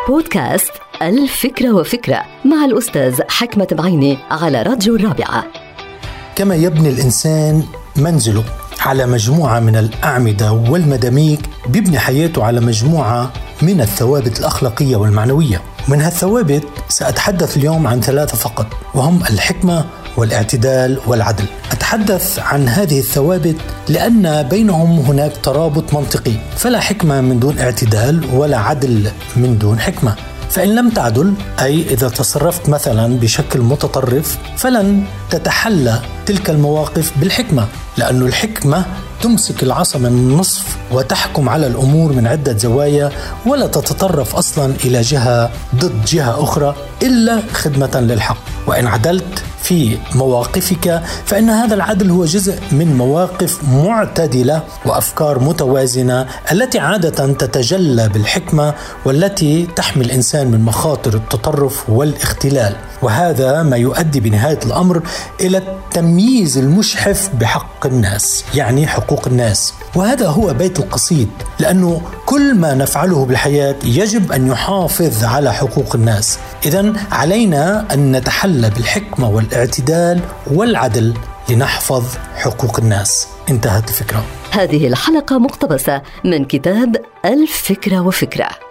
بودكاست الفكرة وفكرة مع الأستاذ حكمة بعيني على راديو الرابعة. كما يبني الإنسان منزله على مجموعة من الأعمدة والمداميك، بيبني حياته على مجموعة من الثوابت الأخلاقية والمعنوية. من هالثوابت سأتحدث اليوم عن 3 فقط، وهم الحكمة والاعتدال والعدل. أتحدث عن هذه الثوابت لأن بينهم هناك ترابط منطقي، فلا حكمة من دون اعتدال ولا عدل من دون حكمة. فإن لم تعدل، أي إذا تصرفت مثلا بشكل متطرف، فلن تتحلى تلك المواقف بالحكمة، لأن الحكمة تمسك العصا من النصف وتحكم على الأمور من عدة زوايا، ولا تتطرف أصلا إلى جهة ضد جهة أخرى إلا خدمة للحق. وإن عدلت في مواقفك فإن هذا العدل هو جزء من مواقف معتدلة وأفكار متوازنة التي عادة تتجلى بالحكمة، والتي تحمي الإنسان من مخاطر التطرف والاختلال. وهذا ما يؤدي بنهاية الأمر إلى التمييز المشحف بحق الناس، يعني حقوق الناس. وهذا هو بيت القصيد، لأنه كل ما نفعله بالحياة يجب أن يحافظ على حقوق الناس. إذن علينا أن نتحلى بالحكمة والاعتدال والعدل لنحفظ حقوق الناس. انتهت الفكرة. هذه الحلقة مقتبسة من كتاب الفكرة وفكرة.